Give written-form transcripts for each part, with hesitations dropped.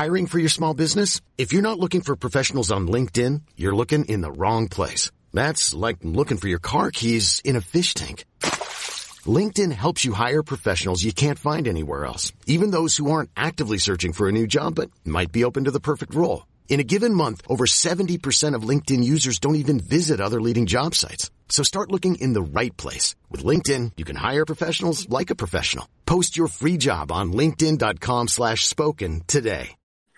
Hiring for your small business? If you're not looking for professionals on LinkedIn, you're looking in the wrong place. That's like looking for your car keys in a fish tank. LinkedIn helps you hire professionals you can't find anywhere else, even those who aren't actively searching for a new job but might be open to the perfect role. In a given month, over 70% of LinkedIn users don't even visit other leading job sites. So start looking in the right place. With LinkedIn, you can hire professionals like a professional. Post your free job on linkedin.com/spoken today.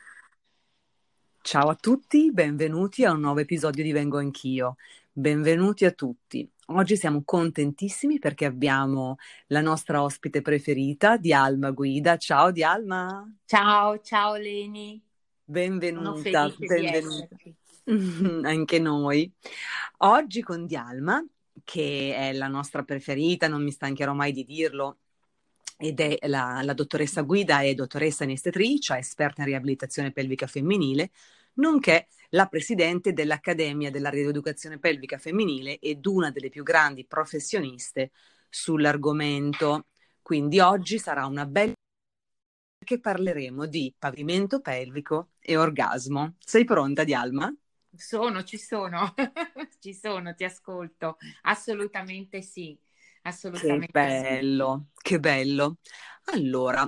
Ciao a tutti, benvenuti a un nuovo episodio di Vengo Anch'io. Benvenuti a tutti. Oggi siamo contentissimi perché abbiamo la nostra ospite preferita, Dialma Guida. Ciao Dialma. Ciao Leni. Benvenuta. Sono felice benvenuta. di esserci. Anche noi. Oggi con Dialma, che è la nostra preferita, non mi stancherò mai di dirlo, ed è la dottoressa Guida, è dottoressa anestetricia, esperta in riabilitazione pelvica femminile, nonché la presidente dell'Accademia della Rieducazione Pelvica Femminile ed una delle più grandi professioniste sull'argomento. Quindi oggi sarà una bella che parleremo di pavimento pelvico e orgasmo. Sei pronta, Dialma? Ci sono, ti ascolto. Assolutamente sì, assolutamente Che bello. Allora,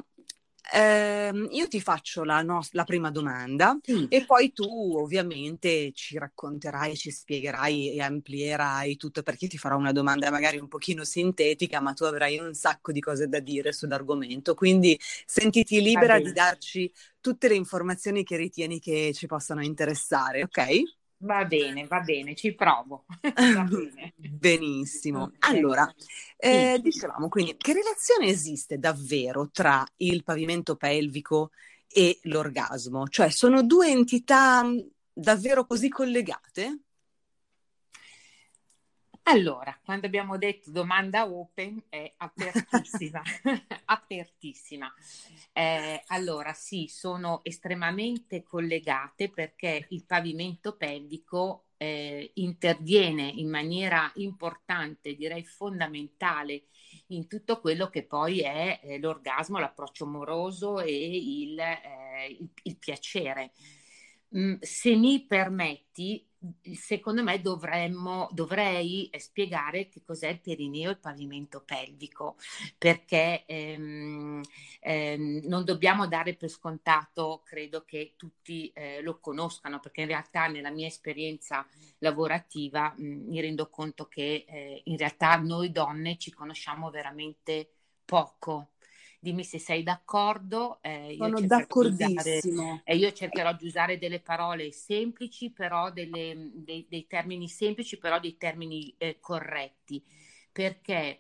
io ti faccio la prima domanda sì. e poi tu ovviamente ci racconterai, ci spiegherai e amplierai tutto, perché ti farò una domanda magari un pochino sintetica, ma tu avrai un sacco di cose da dire sull'argomento, quindi sentiti libera di darci tutte le informazioni che ritieni che ci possano interessare, ok? Va bene, ci provo. Va bene. Benissimo. Okay. Allora, Sì. dicevamo quindi, che relazione esiste davvero tra il pavimento pelvico e l'orgasmo? Cioè, sono due entità davvero così collegate? Allora, quando abbiamo detto domanda open è apertissima, apertissima. Allora, sì, sono estremamente collegate perché il pavimento pelvico interviene in maniera importante, direi fondamentale, in tutto quello che poi è l'orgasmo, l'approccio amoroso e il piacere. Se mi permetti, secondo me dovrei spiegare che cos'è il perineo e il pavimento pelvico, perché non dobbiamo dare per scontato, credo che tutti lo conoscano, perché in realtà nella mia esperienza lavorativa mi rendo conto che in realtà noi donne ci conosciamo veramente poco. Dimmi se sei d'accordo. Sono d'accordissimo. Io cercherò di usare delle parole semplici, però dei termini semplici, però dei termini corretti, perché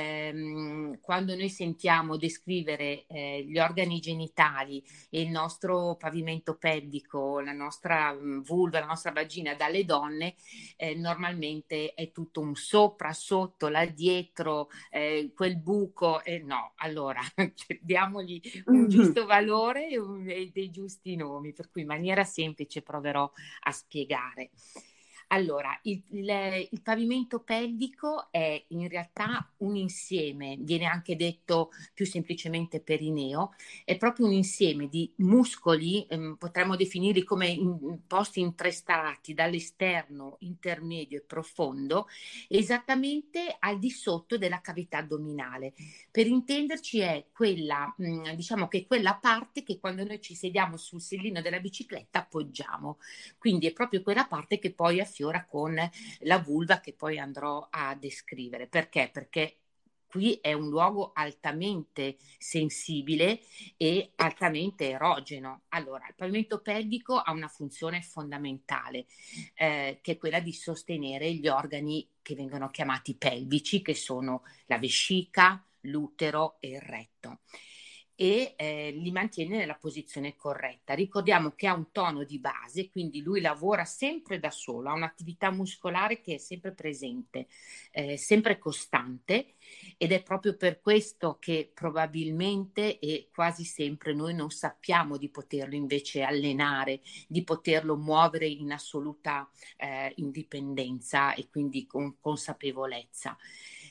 quando noi sentiamo descrivere gli organi genitali e il nostro pavimento pelvico, la nostra vulva, la nostra vagina dalle donne, normalmente è tutto un sopra, sotto, là dietro, quel buco, no, allora diamogli un giusto valore e dei giusti nomi, per cui in maniera semplice proverò a spiegare. Allora, il pavimento pelvico è in realtà un insieme, viene anche detto più semplicemente perineo, è proprio un insieme di muscoli, potremmo definirli come posti in tre strati, dall'esterno, intermedio e profondo, esattamente al di sotto della cavità addominale. Per intenderci è quella, diciamo che quella parte che quando noi ci sediamo sul sedilino della bicicletta appoggiamo. Quindi è proprio quella parte che poi affiora con la vulva che poi andrò a descrivere. Perché? Perché qui è un luogo altamente sensibile e altamente erogeno. Allora, il pavimento pelvico ha una funzione fondamentale, che è quella di sostenere gli organi che vengono chiamati pelvici, che sono la vescica, l'utero e il retto, e li mantiene nella posizione corretta. Ricordiamo che ha un tono di base, quindi lui lavora sempre da solo, ha un'attività muscolare che è sempre presente, sempre costante, ed è proprio per questo che probabilmente e quasi sempre noi non sappiamo di poterlo invece allenare, di poterlo muovere in assoluta indipendenza e quindi con consapevolezza.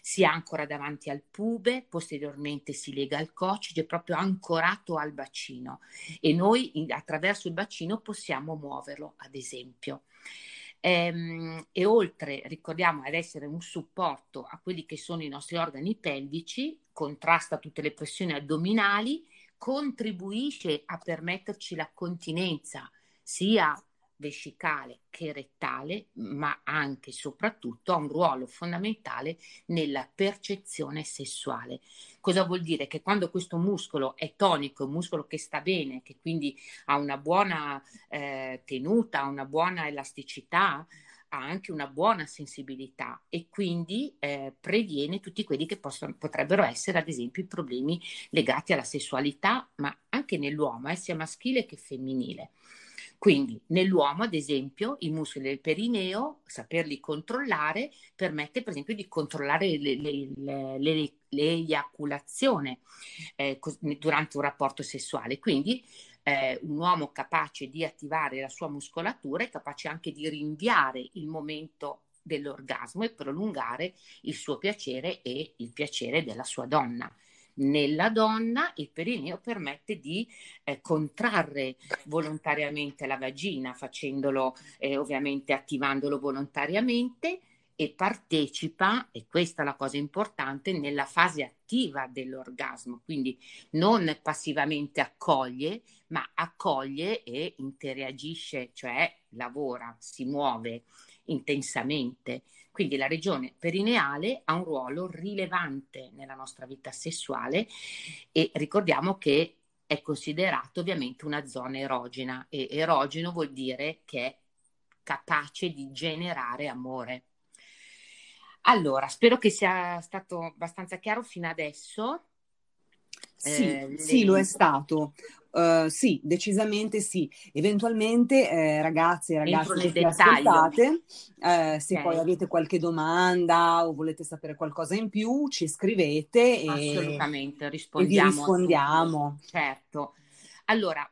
si ancora davanti al pube, posteriormente si lega al coccige, proprio ancorato al bacino, e noi attraverso il bacino possiamo muoverlo, ad esempio. E oltre, ricordiamo, ad essere un supporto a quelli che sono i nostri organi pelvici, contrasta tutte le pressioni addominali, contribuisce a permetterci la continenza sia vescicale che rettale, ma anche e soprattutto ha un ruolo fondamentale nella percezione sessuale. Cosa vuol dire? Che quando questo muscolo è tonico, è un muscolo che sta bene, che quindi ha una buona tenuta, una buona elasticità, ha anche una buona sensibilità e quindi previene tutti quelli che potrebbero essere ad esempio i problemi legati alla sessualità, ma anche nell'uomo, sia maschile che femminile. Quindi nell'uomo, ad esempio, i muscoli del perineo, saperli controllare, permette per esempio di controllare l'eiaculazione durante un rapporto sessuale. Quindi un uomo capace di attivare la sua muscolatura è capace anche di rinviare il momento dell'orgasmo e prolungare il suo piacere e il piacere della sua donna. Nella donna il perineo permette di contrarre volontariamente la vagina, facendolo ovviamente attivandolo volontariamente, e partecipa, e questa è la cosa importante, nella fase attiva dell'orgasmo, quindi non passivamente accoglie, ma accoglie e interagisce, cioè lavora, si muove intensamente. Quindi la regione perineale ha un ruolo rilevante nella nostra vita sessuale e ricordiamo che è considerato ovviamente una zona erogena, e erogeno vuol dire che è capace di generare amore. Allora, spero che sia stato abbastanza chiaro fino adesso. Sì, lo è stato. Sì, decisamente sì. Eventualmente, ragazzi e Entro ragazzi che nel ci dettaglio. ascoltate, se poi Ok. avete qualche domanda o volete sapere qualcosa in più, ci scrivete Assolutamente, e vi rispondiamo a tutto. rispondiamo. Certo. Allora,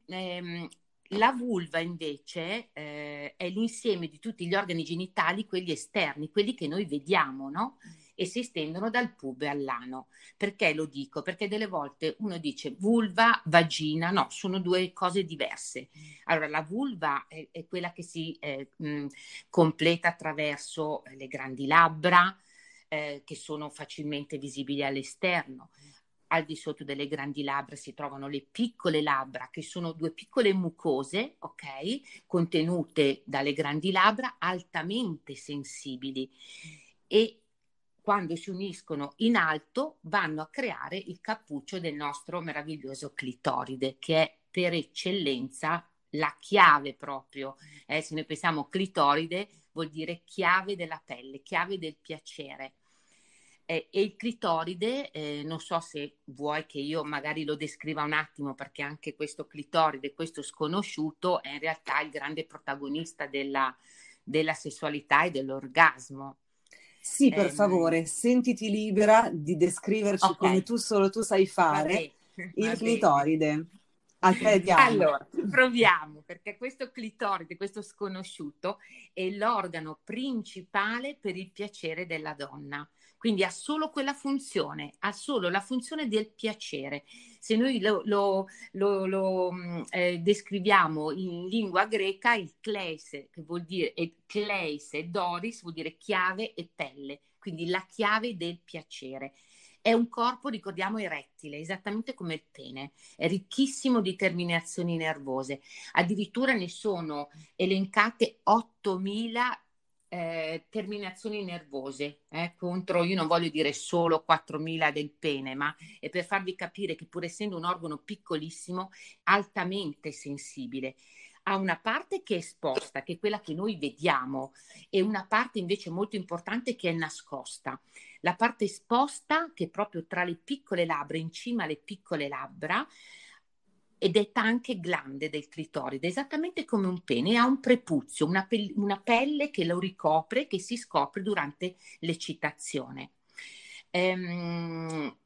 la vulva invece è l'insieme di tutti gli organi genitali, quelli esterni, quelli che noi vediamo, no? E si estendono dal pube all'ano. Perché lo dico? Perché delle volte uno dice vulva, vagina, no, sono due cose diverse. Allora, la vulva è quella che si completa attraverso le grandi labbra, che sono facilmente visibili all'esterno. Al di sotto delle grandi labbra si trovano le piccole labbra, che sono due piccole mucose, ok, contenute dalle grandi labbra, altamente sensibili, e quando si uniscono in alto vanno a creare il cappuccio del nostro meraviglioso clitoride, che è per eccellenza la chiave proprio. Se noi pensiamo clitoride vuol dire chiave della pelle, chiave del piacere. E il clitoride, non so se vuoi che io magari lo descriva un attimo, perché anche questo clitoride, questo sconosciuto, è in realtà il grande protagonista della sessualità e dell'orgasmo. Sì, per favore, sentiti libera di descriverci come Ok, solo tu sai va fare bene, va il bene. clitoride. A te diamo. Allora, proviamo, perché questo clitoride, questo sconosciuto, è l'organo principale per il piacere della donna. Quindi ha solo quella funzione, ha solo la funzione del piacere. Se noi lo descriviamo in lingua greca, il kleise, che vuol dire kleis e doris, vuol dire chiave e pelle, quindi la chiave del piacere. È un corpo, ricordiamo, erettile, esattamente come il pene, è ricchissimo di terminazioni nervose, addirittura ne sono elencate 8.000 terminazioni nervose, contro, io non voglio dire solo 4.000 del pene, ma è per farvi capire che pur essendo un organo piccolissimo, altamente sensibile, ha una parte che è esposta, che è quella che noi vediamo, e una parte invece molto importante che è nascosta. La parte esposta, che è proprio tra le piccole labbra, in cima alle piccole labbra, è detta anche glande del clitoride, esattamente come un pene, ha un prepuzio, una pelle che lo ricopre, che si scopre durante l'eccitazione.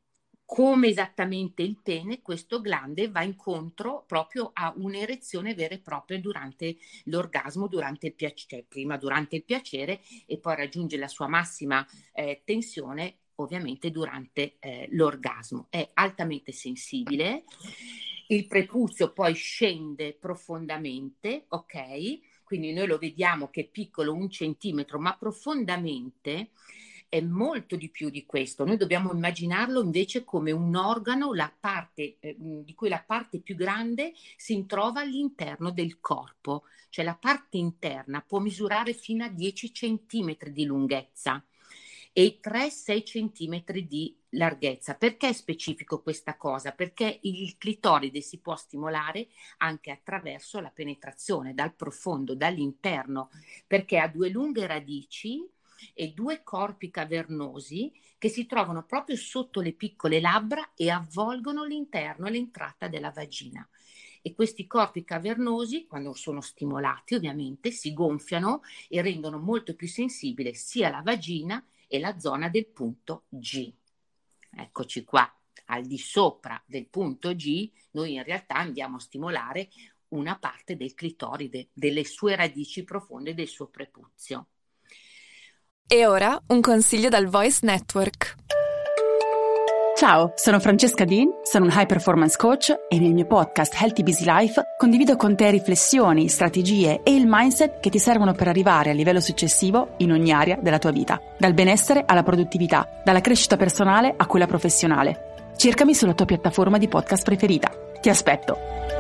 come esattamente il pene, questo glande va incontro proprio a un'erezione vera e propria durante l'orgasmo, durante il piacere, prima durante il piacere e poi raggiunge la sua massima tensione ovviamente durante l'orgasmo. È altamente sensibile, il prepuzio poi scende profondamente, ok? Quindi noi lo vediamo che è piccolo 1 centimetro, ma profondamente è molto di più di questo. Noi dobbiamo immaginarlo invece come un organo, la parte, di cui la parte più grande si trova all'interno del corpo, cioè la parte interna può misurare fino a 10 centimetri di lunghezza e 3-6 centimetri di larghezza. Perché è specifico questa cosa? Perché il clitoride si può stimolare anche attraverso la penetrazione dal profondo, dall'interno, perché ha 2 lunghe radici e 2 corpi cavernosi che si trovano proprio sotto le piccole labbra e avvolgono l'interno e l'entrata della vagina. E questi corpi cavernosi, quando sono stimolati ovviamente, si gonfiano e rendono molto più sensibile sia la vagina e la zona del punto G. Eccoci qua, al di sopra del punto G, noi in realtà andiamo a stimolare una parte del clitoride, delle sue radici profonde, del suo prepuzio. E ora un consiglio dal Voice Network. Ciao, sono Francesca Dean, sono un high performance coach e nel mio podcast Healthy Busy Life condivido con te riflessioni, strategie e il mindset che ti servono per arrivare al livello successivo in ogni area della tua vita, dal benessere alla produttività, dalla crescita personale a quella professionale. Cercami sulla tua piattaforma di podcast preferita. Ti aspetto!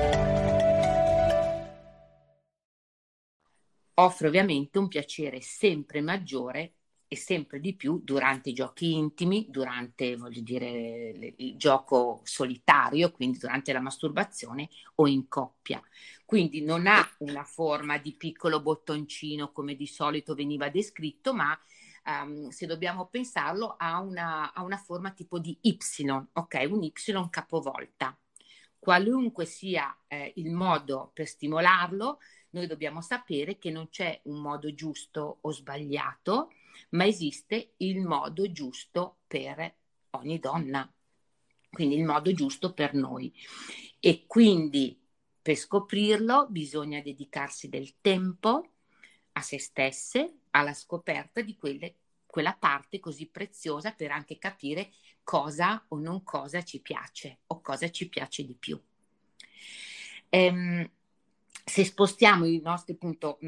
Offre ovviamente un piacere sempre maggiore e sempre di più durante i giochi intimi, durante, voglio dire, il gioco solitario, quindi durante la masturbazione o in coppia. Quindi non ha una forma di piccolo bottoncino come di solito veniva descritto, ma se dobbiamo pensarlo ha una forma tipo di Y, ok? Un Y capovolta. Qualunque sia il modo per stimolarlo, noi dobbiamo sapere che non c'è un modo giusto o sbagliato, ma esiste il modo giusto per ogni donna, quindi il modo giusto per noi. E quindi per scoprirlo bisogna dedicarsi del tempo a se stesse, alla scoperta di quella parte così preziosa per anche capire cosa o non cosa ci piace o cosa ci piace di più. Se spostiamo i nostri,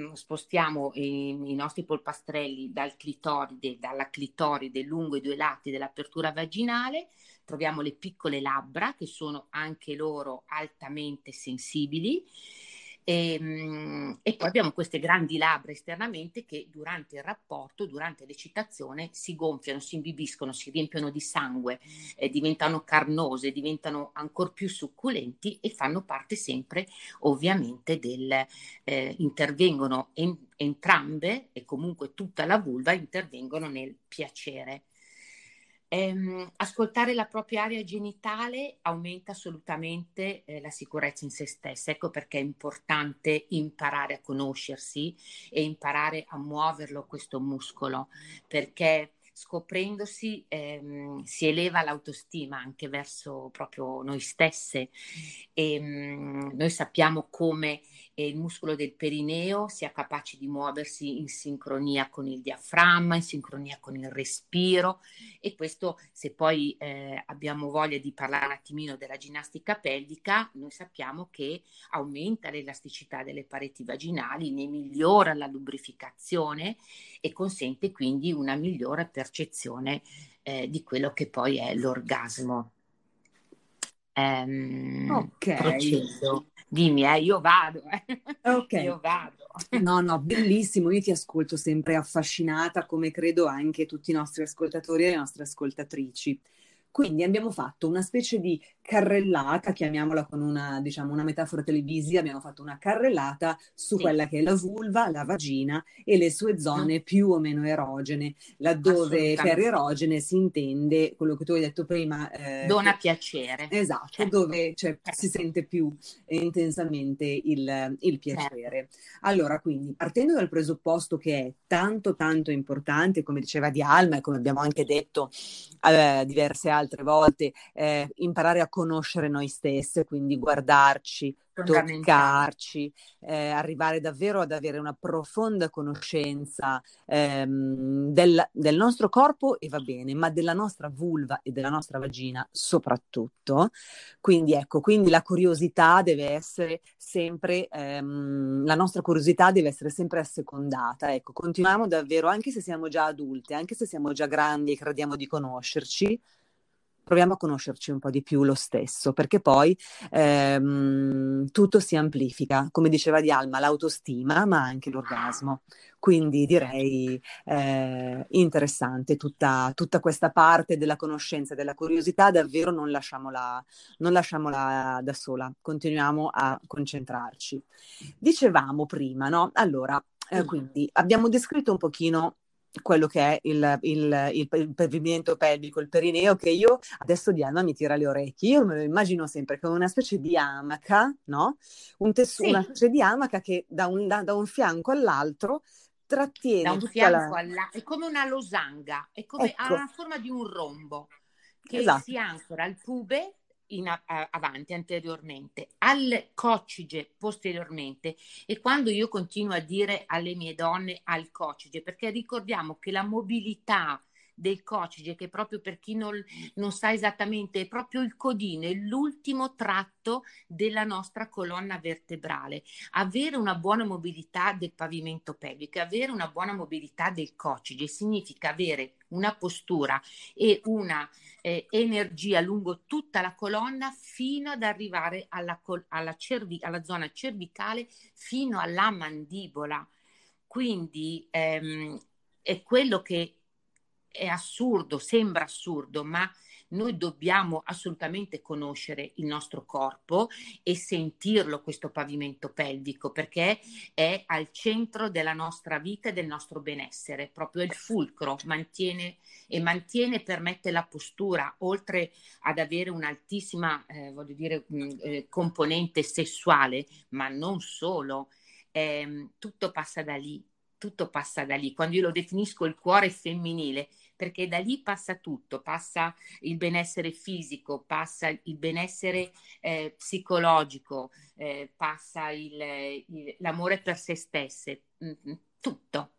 i nostri polpastrelli dalla clitoride lungo i 2 lati dell'apertura vaginale, troviamo le piccole labbra che sono anche loro altamente sensibili e poi abbiamo queste grandi labbra esternamente che durante il rapporto, durante l'eccitazione si gonfiano, si imbibiscono, si riempiono di sangue, diventano carnose, diventano ancora più succulenti e fanno parte sempre ovviamente intervengono entrambe e comunque tutta la vulva intervengono nel piacere. Ascoltare la propria area genitale aumenta assolutamente la sicurezza in se stessa. Ecco perché è importante imparare a conoscersi e imparare a muoverlo questo muscolo, perché scoprendosi si eleva l'autostima anche verso proprio noi stesse e noi sappiamo come il muscolo del perineo sia capace di muoversi in sincronia con il diaframma, in sincronia con il respiro e questo, se poi abbiamo voglia di parlare un attimino della ginnastica pelvica, noi sappiamo che aumenta l'elasticità delle pareti vaginali, ne migliora la lubrificazione e consente quindi una migliore percezione di quello che poi è l'orgasmo. Ok. Procedo. Dimmi, io vado. Ok. Io vado. No, bellissimo, io ti ascolto sempre affascinata, come credo anche tutti i nostri ascoltatori e le nostre ascoltatrici. Quindi abbiamo fatto una specie di carrellata, chiamiamola con una, diciamo, una metafora televisiva, abbiamo fatto una carrellata su Sì, quella che è la vulva, la vagina e le sue mm, zone più o meno erogene, laddove per assolutamente. erogene si intende quello che tu hai detto prima, Dona piacere. esatto, Certo, dove cioè, si certo, sente più intensamente il certo. piacere. Allora, quindi, partendo dal presupposto che è tanto tanto importante, come diceva Dialma e come abbiamo anche detto diverse altre volte, imparare a conoscere noi stesse, quindi guardarci, Fondamentale. toccarci, arrivare davvero ad avere una profonda conoscenza del nostro corpo e va bene, ma della nostra vulva e della nostra vagina soprattutto. Quindi ecco, quindi la curiosità deve essere sempre, la nostra curiosità deve essere sempre assecondata. Ecco, continuiamo davvero, anche se siamo già adulte, anche se siamo già grandi e crediamo di conoscerci, proviamo a conoscerci un po' di più lo stesso, perché poi tutto si amplifica, come diceva Dialma, l'autostima, ma anche l'orgasmo. Quindi direi interessante tutta questa parte della conoscenza, della curiosità, davvero non lasciamola da sola, continuiamo a concentrarci. Dicevamo prima, no? Allora, Sì, quindi abbiamo descritto un pochino quello che è il pavimento pelvico, il perineo, che io adesso Diana mi tira le orecchie, io me lo immagino sempre come una specie di amaca, no? Una sì, specie di amaca che da un fianco all'altro da trattiene un tutta fianco la... all'altro, è come una losanga, ha Ecco, la forma di un rombo che esatto. si ancora al pube avanti, anteriormente, al coccige posteriormente. E quando io continuo a dire alle mie donne al coccige, perché ricordiamo che la mobilità del coccige, che proprio per chi non sa esattamente, è proprio il codino, è l'ultimo tratto della nostra colonna vertebrale. Avere una buona mobilità del pavimento pelvico, avere una buona mobilità del coccige significa avere una postura e una energia lungo tutta la colonna fino ad arrivare alla zona cervicale, fino alla mandibola. Quindi è quello che è assurdo, sembra assurdo, ma noi dobbiamo assolutamente conoscere il nostro corpo e sentirlo questo pavimento pelvico, perché è al centro della nostra vita e del nostro benessere, proprio il fulcro, mantiene e permette la postura, oltre ad avere un'altissima, voglio dire, componente sessuale, ma non solo, tutto passa da lì. Tutto passa da lì. Quando io lo definisco il cuore femminile, perché da lì passa tutto, passa il benessere fisico, passa il benessere psicologico, passa l'amore per se stesse, tutto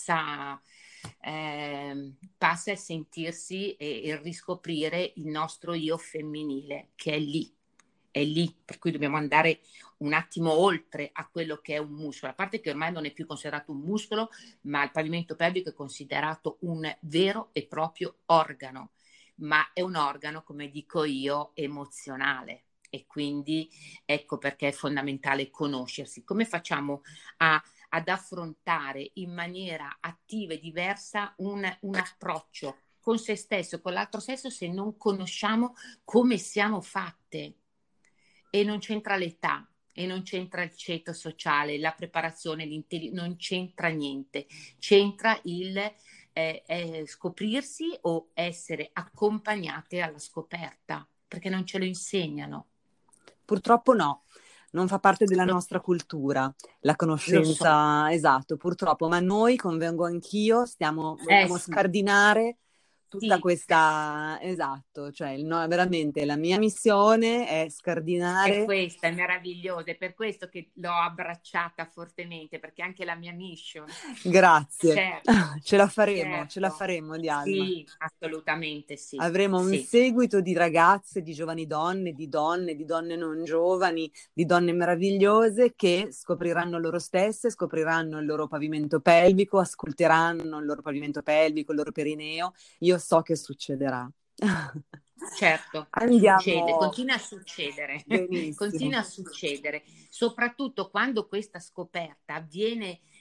passa a sentirsi e riscoprire il nostro io femminile che è lì, per cui dobbiamo andare un attimo oltre a quello che è un muscolo, a parte che ormai non è più considerato un muscolo, ma il pavimento pelvico è considerato un vero e proprio organo, ma è un organo, come dico io, emozionale. E quindi ecco perché è fondamentale conoscersi. Come facciamo ad affrontare in maniera attiva e diversa un approccio con se stesso, con l'altro sesso, se non conosciamo come siamo fatte? E non c'entra l'età, e non c'entra il ceto sociale, la preparazione, non c'entra niente. C'entra il scoprirsi o essere accompagnate alla scoperta, perché non ce lo insegnano. Purtroppo no, non fa parte della Lo, nostra cultura, la lo so. conoscenza, esatto, purtroppo, ma noi, convengo anch'io, vogliamo Sì, scardinare tutta sì. questa, esatto, cioè no, veramente la mia missione è È scardinare. questa, è meravigliosa, è per questo che l'ho abbracciata fortemente, perché è anche la mia mission. Grazie, Certo, ce la certo, faremo, Dialma. sì, assolutamente sì, Avremo un sì, seguito di ragazze, di giovani donne, di donne non giovani, di donne meravigliose che scopriranno loro stesse, scopriranno il loro pavimento pelvico, ascolteranno il loro pavimento pelvico, il loro perineo. Io so che succederà. certo, succede, Andiamo continua a succedere, benissimo. continua a succedere, soprattutto quando questa scoperta avviene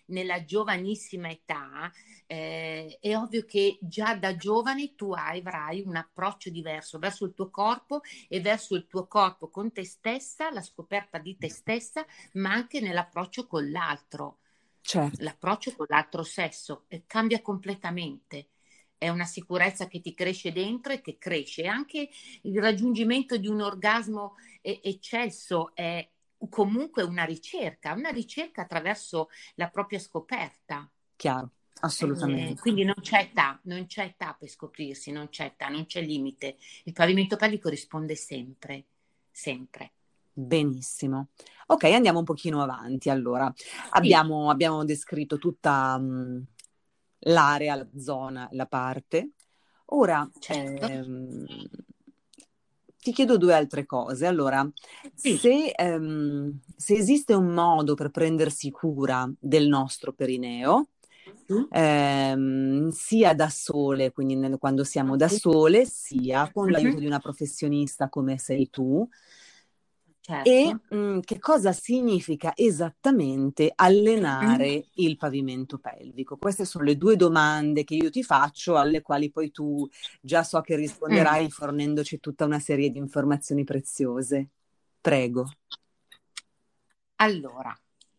nella giovanissima età, è ovvio che già da giovane tu avrai un approccio diverso verso il tuo corpo e verso il tuo corpo con te stessa, la scoperta di te stessa, ma anche nell'approccio con l'altro. Certo. L'approccio con l'altro sesso cambia completamente. È una sicurezza che ti cresce dentro e che cresce. Anche il raggiungimento di un orgasmo eccelso è comunque una ricerca attraverso la propria scoperta. Chiaro, assolutamente. Quindi non c'è età per scoprirsi, non c'è età, non c'è limite. Il pavimento pelvico risponde sempre, sempre. Benissimo. Ok, andiamo un pochino avanti. Allora, Sì, abbiamo descritto tutta l'area, la zona, la parte. Ora, certo. ti chiedo due altre cose. Allora, Sì. se esiste un modo per prendersi cura del nostro perineo, sia da sole, quindi quando siamo da sole, sia con l'aiuto di una professionista come sei tu, e Certo. che cosa significa esattamente allenare il pavimento pelvico? Queste sono le due domande che io ti faccio, alle quali poi tu già so che risponderai fornendoci tutta una serie di informazioni preziose. Prego. Allora,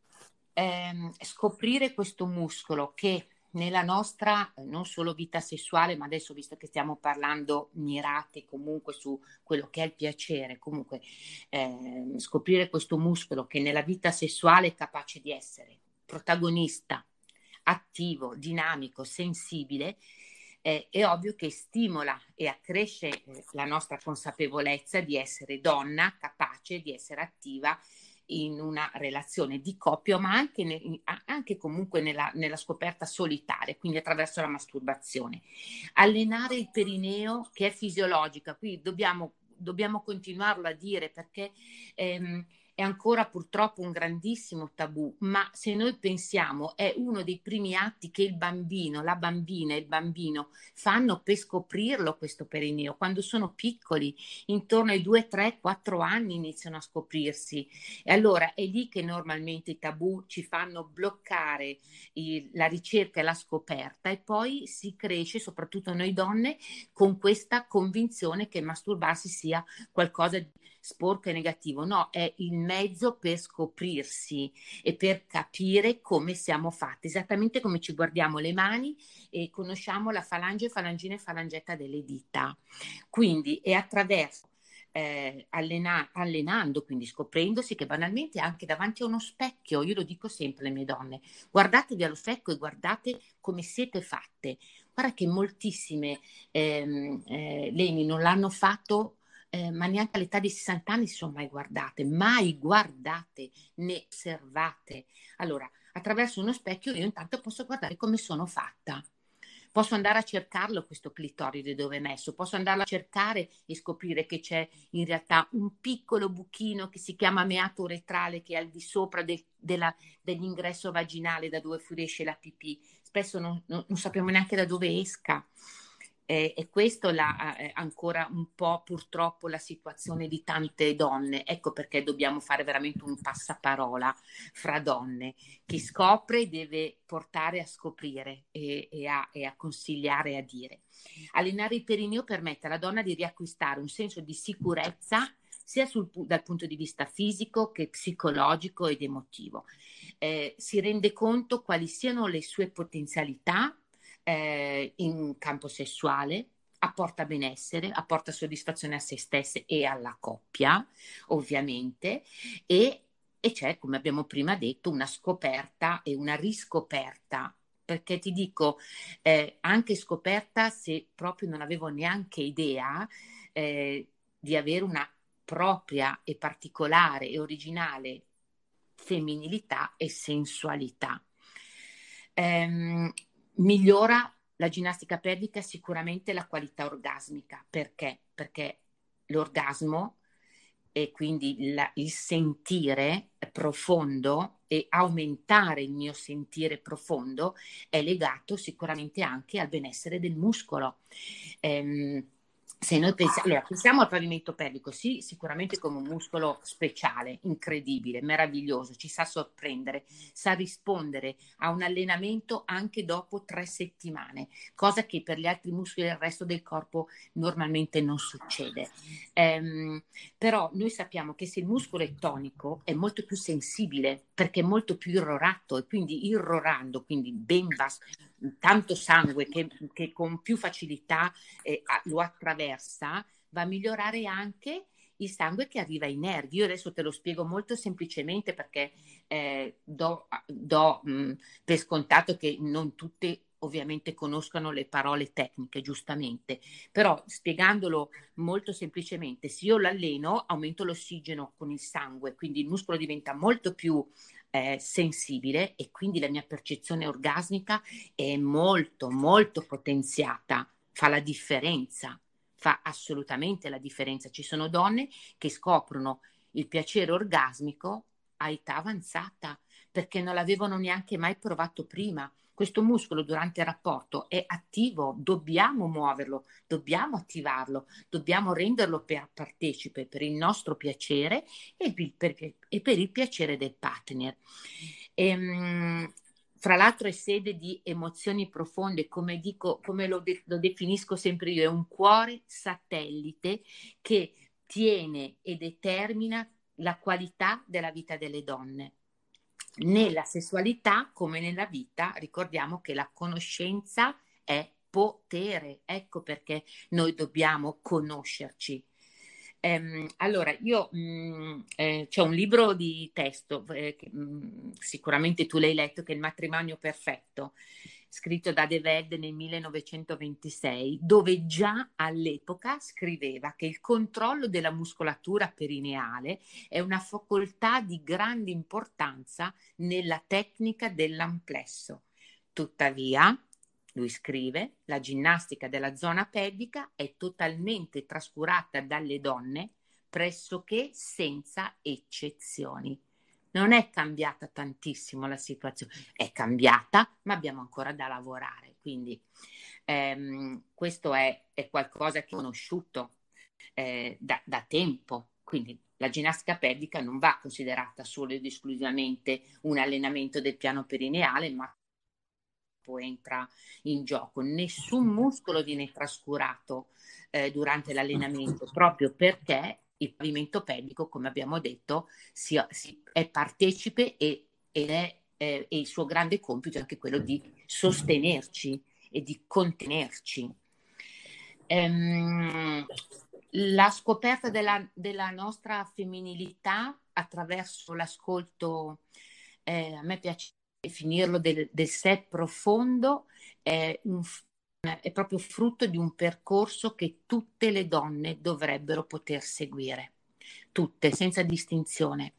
scoprire questo muscolo che nella nostra non solo vita sessuale, ma adesso visto che stiamo parlando mirate comunque su quello che è il piacere, comunque scoprire questo muscolo che nella vita sessuale è capace di essere protagonista, attivo, dinamico, sensibile, è ovvio che stimola e accresce la nostra consapevolezza di essere donna, capace di essere attiva in una relazione di coppia, ma anche comunque nella scoperta solitaria, quindi attraverso la masturbazione. Allenare il perineo, che è fisiologica, qui dobbiamo continuarlo a dire, perché è ancora purtroppo un grandissimo tabù, ma se noi pensiamo è uno dei primi atti che il bambino, la bambina e il bambino fanno per scoprirlo questo perineo, quando sono piccoli, intorno ai 2, 3, 4 anni iniziano a scoprirsi. E allora è lì che normalmente i tabù ci fanno bloccare la ricerca e la scoperta, e poi si cresce, soprattutto noi donne, con questa convinzione che masturbarsi sia qualcosa di sporco e negativo. No, è il mezzo per scoprirsi e per capire come siamo fatti, esattamente come ci guardiamo le mani e conosciamo la falange, falangina e falangetta delle dita. Quindi è attraverso allenando, quindi scoprendosi, che banalmente anche davanti a uno specchio, io lo dico sempre alle mie donne, guardatevi allo specchio e guardate come siete fatte. Guarda che moltissime leni non l'hanno fatto, ma neanche all'età di 60 anni si sono mai guardate, né osservate. Allora, attraverso uno specchio io intanto posso guardare come sono fatta. Posso andare a cercarlo questo clitoride dove è messo, posso andarlo a cercare e scoprire che c'è in realtà un piccolo buchino che si chiama meato uretrale, che è al di sopra dell'ingresso vaginale, da dove fuoriesce la pipì. Spesso non sappiamo neanche da dove esca. E questo è ancora un po' purtroppo la situazione di tante donne. Ecco perché dobbiamo fare veramente un passaparola fra donne. Chi scopre deve portare a scoprire e a consigliare e a dire. Allenare il perineo permette alla donna di riacquistare un senso di sicurezza sia dal punto di vista fisico che psicologico ed emotivo. Si rende conto quali siano le sue potenzialità in campo sessuale, apporta benessere, apporta soddisfazione a se stesse e alla coppia, ovviamente, e c'è, come abbiamo prima detto, una scoperta e una riscoperta, perché ti dico, anche scoperta se proprio non avevo neanche idea di avere una propria e particolare e originale femminilità e sensualità. Migliora la ginnastica pelvica sicuramente la qualità orgasmica. Perché? Perché l'orgasmo e quindi il sentire profondo e aumentare il mio sentire profondo è legato sicuramente anche al benessere del muscolo. se noi pensiamo al pavimento pelvico, sì, sicuramente come un muscolo speciale, incredibile, meraviglioso, ci sa sorprendere, sa rispondere a un allenamento anche dopo 3 settimane, cosa che per gli altri muscoli del resto del corpo normalmente non succede. Però noi sappiamo che se il muscolo è tonico è molto più sensibile perché è molto più irrorato e quindi irrorando, quindi ben vasto, tanto sangue che con più facilità lo attraversa, va a migliorare anche il sangue che arriva ai nervi. Io adesso te lo spiego molto semplicemente perché do per scontato che non tutte ovviamente conoscano le parole tecniche, giustamente, però spiegandolo molto semplicemente, se io l'alleno aumento l'ossigeno con il sangue, quindi il muscolo diventa molto più sensibile e quindi la mia percezione orgasmica è molto molto potenziata, fa la differenza, fa assolutamente la differenza. Ci sono donne che scoprono il piacere orgasmico a età avanzata perché non l'avevano neanche mai provato prima. Questo muscolo durante il rapporto è attivo, dobbiamo muoverlo, dobbiamo attivarlo, dobbiamo renderlo partecipe per il nostro piacere e per il piacere del partner. Fra l'altro è sede di emozioni profonde, come dico, come lo definisco sempre io, è un cuore satellite che tiene e determina la qualità della vita delle donne. Nella sessualità, come nella vita, ricordiamo che la conoscenza è potere, ecco perché noi dobbiamo conoscerci. Allora, io c'è un libro di testo che sicuramente tu l'hai letto, che è Il matrimonio perfetto, scritto da De Velde nel 1926, dove già all'epoca scriveva che il controllo della muscolatura perineale è una facoltà di grande importanza nella tecnica dell'amplesso. Tuttavia, lui scrive, la ginnastica della zona pelvica è totalmente trascurata dalle donne pressoché senza eccezioni. Non è cambiata tantissimo la situazione, è cambiata, ma abbiamo ancora da lavorare. Quindi questo è qualcosa che è conosciuto da tempo. Quindi la ginnastica pelvica non va considerata solo ed esclusivamente un allenamento del piano perineale, ma poi entra in gioco. Nessun muscolo viene trascurato durante l'allenamento, proprio perché il pavimento pelvico, come abbiamo detto, è partecipe e il suo grande compito è anche quello di sostenerci e di contenerci. La scoperta della nostra femminilità attraverso l'ascolto, a me piace definirlo del sé profondo, è proprio frutto di un percorso che tutte le donne dovrebbero poter seguire, tutte, senza distinzione.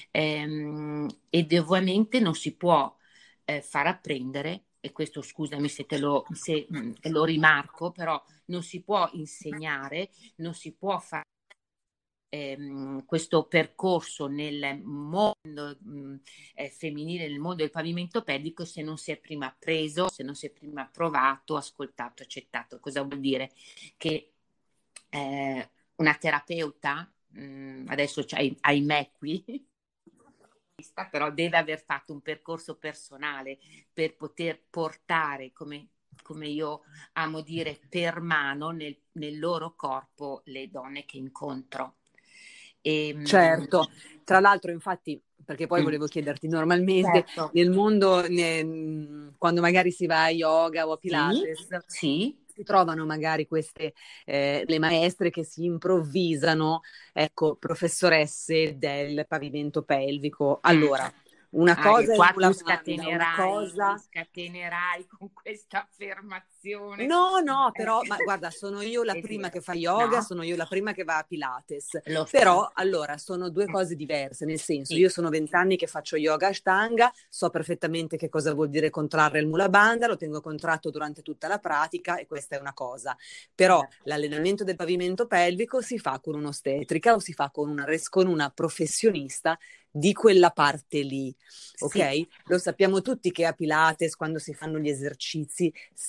Ed ovviamente non si può far apprendere, e questo scusami se lo rimarco, però non si può insegnare, non si può fare questo percorso nel mondo femminile, nel mondo del pavimento pelvico, se non si è prima appreso, se non si è prima provato, ascoltato, accettato. Cosa vuol dire? Che una terapeuta, adesso c'hai, ahimè qui, però deve aver fatto un percorso personale per poter portare, come io amo dire, per mano nel loro corpo le donne che incontro. Certo, tra l'altro infatti, perché poi volevo chiederti, normalmente certo. nel mondo, quando magari si va a yoga o a Pilates, sì. si trovano magari queste, le maestre che si improvvisano, ecco, professoresse del pavimento pelvico. Allora, una cosa è qua sulla tu banda, una cosa... scatenerai con questa affermazione. No, però, ma guarda, sono io la prima che fa yoga, no? sono io la prima che va a Pilates, Lo però so. allora sono due cose diverse, nel senso, Sì. io sono 20 anni che faccio yoga Ashtanga, so perfettamente che cosa vuol dire contrarre il Mula Bandha, lo tengo contratto durante tutta la pratica e questa è una cosa, però l'allenamento del pavimento pelvico si fa con un'ostetrica o si fa con una professionista di quella parte lì, ok? Sì. Lo sappiamo tutti che a Pilates, quando si fanno gli esercizi, si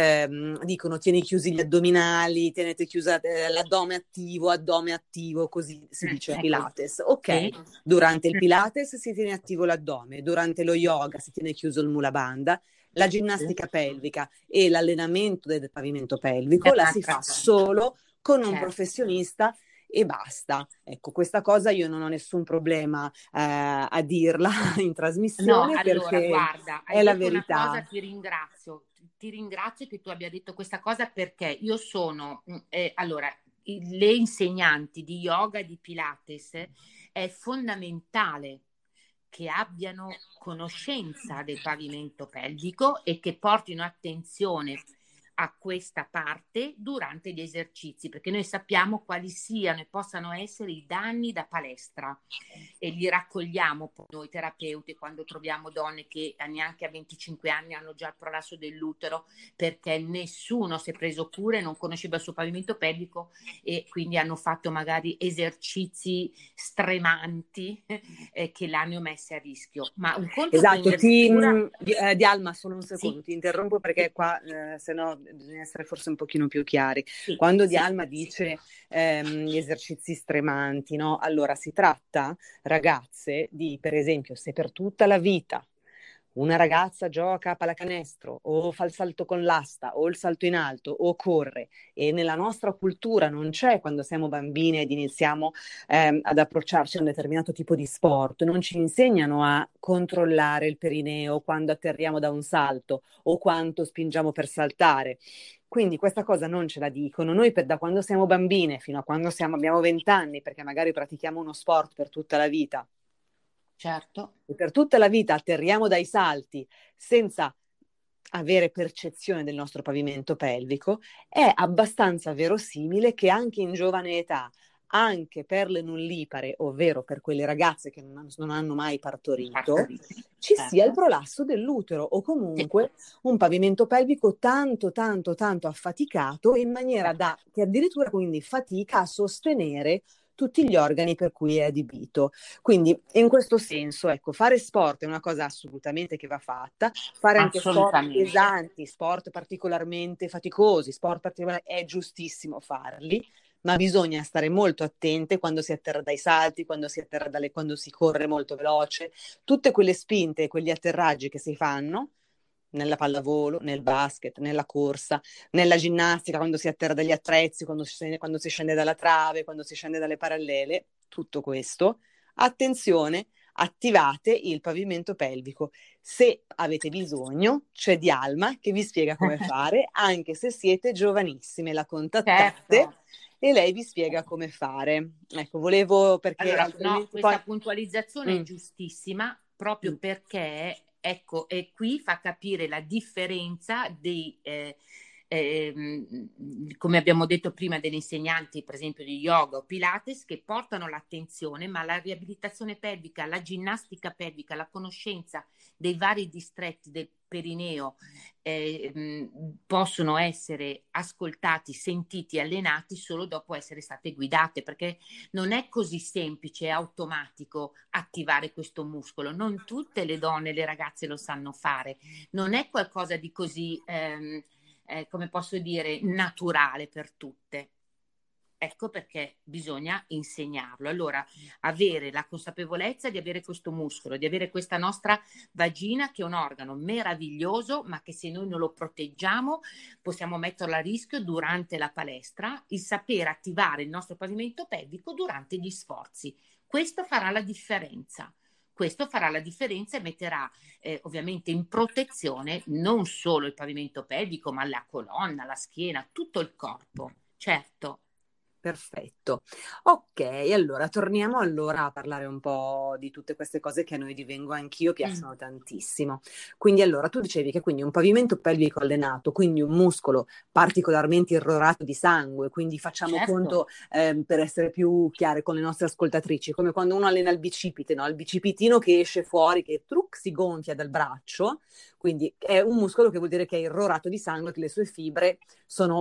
dicono tieni chiusi gli addominali, tenete chiusa l'addome attivo, così si dice Pilates. Ok, Sì. durante il Pilates si tiene attivo l'addome, durante lo yoga si tiene chiuso il Mula Bandha, la ginnastica pelvica e l'allenamento del pavimento pelvico la si fa solo con un professionista e basta. Ecco, questa cosa io non ho nessun problema a dirla in trasmissione, No, allora, perché guarda, hai è la detto una verità. cosa, ti ringrazio che tu abbia detto questa cosa, perché io sono, allora, le insegnanti di yoga e di Pilates è fondamentale che abbiano conoscenza del pavimento pelvico e che portino attenzione a questa parte durante gli esercizi, perché noi sappiamo quali siano e possano essere i danni da palestra e li raccogliamo poi noi terapeuti quando troviamo donne che neanche a 25 anni hanno già il prolasso dell'utero, perché nessuno si è preso cura e non conosceva il suo pavimento pelvico e quindi hanno fatto magari esercizi stremanti che l'hanno messe a rischio. Ma un conto Esatto, prendersi cura... Dialma, solo un secondo, Sì. ti interrompo perché qua se no bisogna essere forse un pochino più chiari. Sì, Quando sì. Dialma dice gli esercizi stremanti, no? Allora si tratta, ragazze, di, per esempio, se per tutta la vita una ragazza gioca a pallacanestro o fa il salto con l'asta o il salto in alto o corre, e nella nostra cultura non c'è, quando siamo bambine ed iniziamo ad approcciarci a un determinato tipo di sport, non ci insegnano a controllare il perineo quando atterriamo da un salto o quanto spingiamo per saltare. Quindi questa cosa non ce la dicono. Noi da quando siamo bambine fino a quando abbiamo 20 anni, perché magari pratichiamo uno sport per tutta la vita, Certo. e per tutta la vita atterriamo dai salti senza avere percezione del nostro pavimento pelvico, è abbastanza verosimile che anche in giovane età, anche per le nullipare, ovvero per quelle ragazze che non hanno mai partorito, ci sia il prolasso dell'utero o comunque un pavimento pelvico tanto affaticato, in maniera da che addirittura quindi fatica a sostenere tutti gli organi per cui è adibito. Quindi in questo senso, ecco, fare sport è una cosa assolutamente che va fatta, fare anche sport pesanti, sport particolarmente faticosi, è giustissimo farli, ma bisogna stare molto attente quando si atterra dai salti, quando si atterra quando si corre molto veloce, tutte quelle spinte e quegli atterraggi che si fanno nella pallavolo, nel basket, nella corsa, nella ginnastica, quando si atterra dagli attrezzi, quando si scende dalla trave, quando si scende dalle parallele, tutto questo. Attenzione, attivate il pavimento pelvico. Se avete bisogno, c'è Dialma che vi spiega come fare, anche se siete giovanissime, la contattate e lei vi spiega come fare. Ecco, volevo, perché allora, no, questa poi... puntualizzazione è giustissima, proprio perché, ecco, e qui fa capire la differenza dei, come abbiamo detto prima, degli insegnanti, per esempio, di yoga o Pilates, che portano l'attenzione, ma la riabilitazione pelvica, la ginnastica pelvica, la conoscenza dei vari distretti del perineo possono essere ascoltati, sentiti, allenati solo dopo essere state guidate, perché non è così semplice e automatico attivare questo muscolo. Non tutte le donne, le ragazze lo sanno fare, non è qualcosa di così come posso dire, naturale per tutte. Ecco perché bisogna insegnarlo. Allora, avere la consapevolezza di avere questo muscolo, di avere questa nostra vagina, che è un organo meraviglioso, ma che se noi non lo proteggiamo possiamo metterlo a rischio durante la palestra, il sapere attivare il nostro pavimento pelvico durante gli sforzi. Questo farà la differenza. Questo farà la differenza e metterà ovviamente in protezione non solo il pavimento pelvico, ma la colonna, la schiena, tutto il corpo. Certo. Perfetto. Ok, allora torniamo a parlare un po' di tutte queste cose che a noi di Vengo Anch'io piacciono tantissimo. Quindi allora tu dicevi che quindi un pavimento pelvico allenato, quindi un muscolo particolarmente irrorato di sangue, quindi facciamo conto, per essere più chiare con le nostre ascoltatrici, come quando uno allena il bicipite, no? Il bicipitino che esce fuori, che si gonfia dal braccio, quindi è un muscolo che vuol dire che è irrorato di sangue, che le sue fibre sono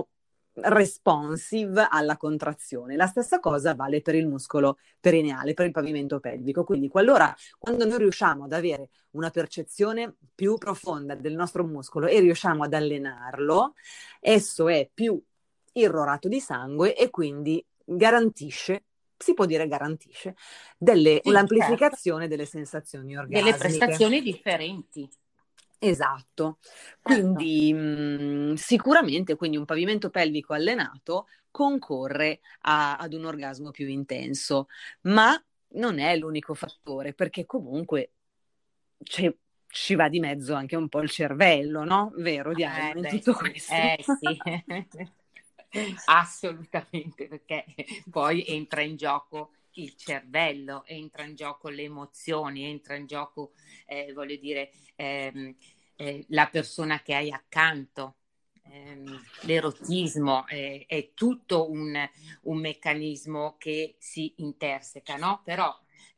responsive alla contrazione. La stessa cosa vale per il muscolo perineale, per il pavimento pelvico. Quindi quando noi riusciamo ad avere una percezione più profonda del nostro muscolo e riusciamo ad allenarlo, esso è più irrorato di sangue e quindi garantisce, si può dire garantisce, l'amplificazione delle sensazioni orgasmiche. Delle prestazioni differenti. Esatto, quindi sicuramente quindi un pavimento pelvico allenato concorre ad un orgasmo più intenso, ma non è l'unico fattore, perché comunque ci va di mezzo anche un po' il cervello, no? Vero, Diana, in tutto questo? Sì. Assolutamente, perché poi entra in gioco il cervello, entra in gioco le emozioni, entra in gioco, voglio dire, la persona che hai accanto, l'erotismo, è tutto un meccanismo che si interseca, no? Però